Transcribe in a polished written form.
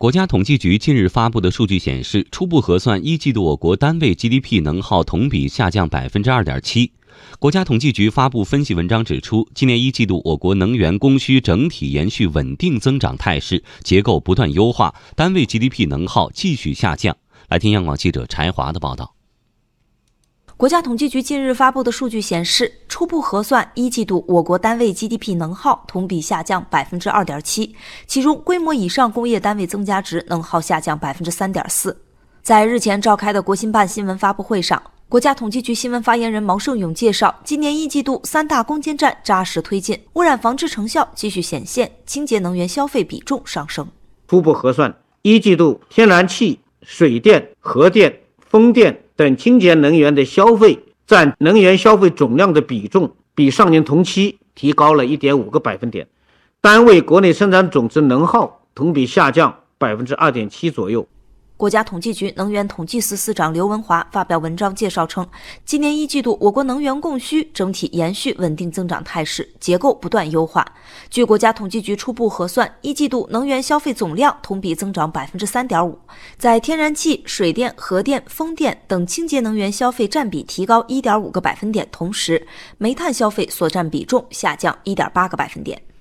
国家统计局近日发布的数据显示，初步核算一季度我国单位 GDP 能耗同比下降 2.7%。国家统计局发布分析文章指出，今年一季度我国能源供需整体延续稳定增长态势，结构不断优化，单位 GDP 能耗继续下降。来听央广记者柴华的报道。 国家统计局近日发布的数据显示，初步核算一季度我国单位 GDP 能耗同比下降 2.7%， 其中规模以上工业单位增加值能耗下降 3.4%。 在日前召开的国新办新闻发布会上，国家统计局新闻发言人毛盛勇介绍，今年一季度三大攻坚战扎实推进，污染防治成效继续显现，清洁能源消费比重上升。 初步核算一季度天然气、水电、核电、风电等清洁能源的消费占能源消费总量的比重比上年同期提高了 1.5个百分点，单位国内生产总值能耗同比下降 2.7% 左右。 国家统计局能源统计司司长刘文华发表文章介绍称，今年一季度我国能源供需整体延续稳定增长态势，结构不断优化。据国家统计局初步核算，一季度能源消费总量同比增长 3.5%， 在天然气、水电、核电、风电等清洁能源消费占比提高 1.5个百分点，同时煤炭消费所占比重下降 1.8个百分点。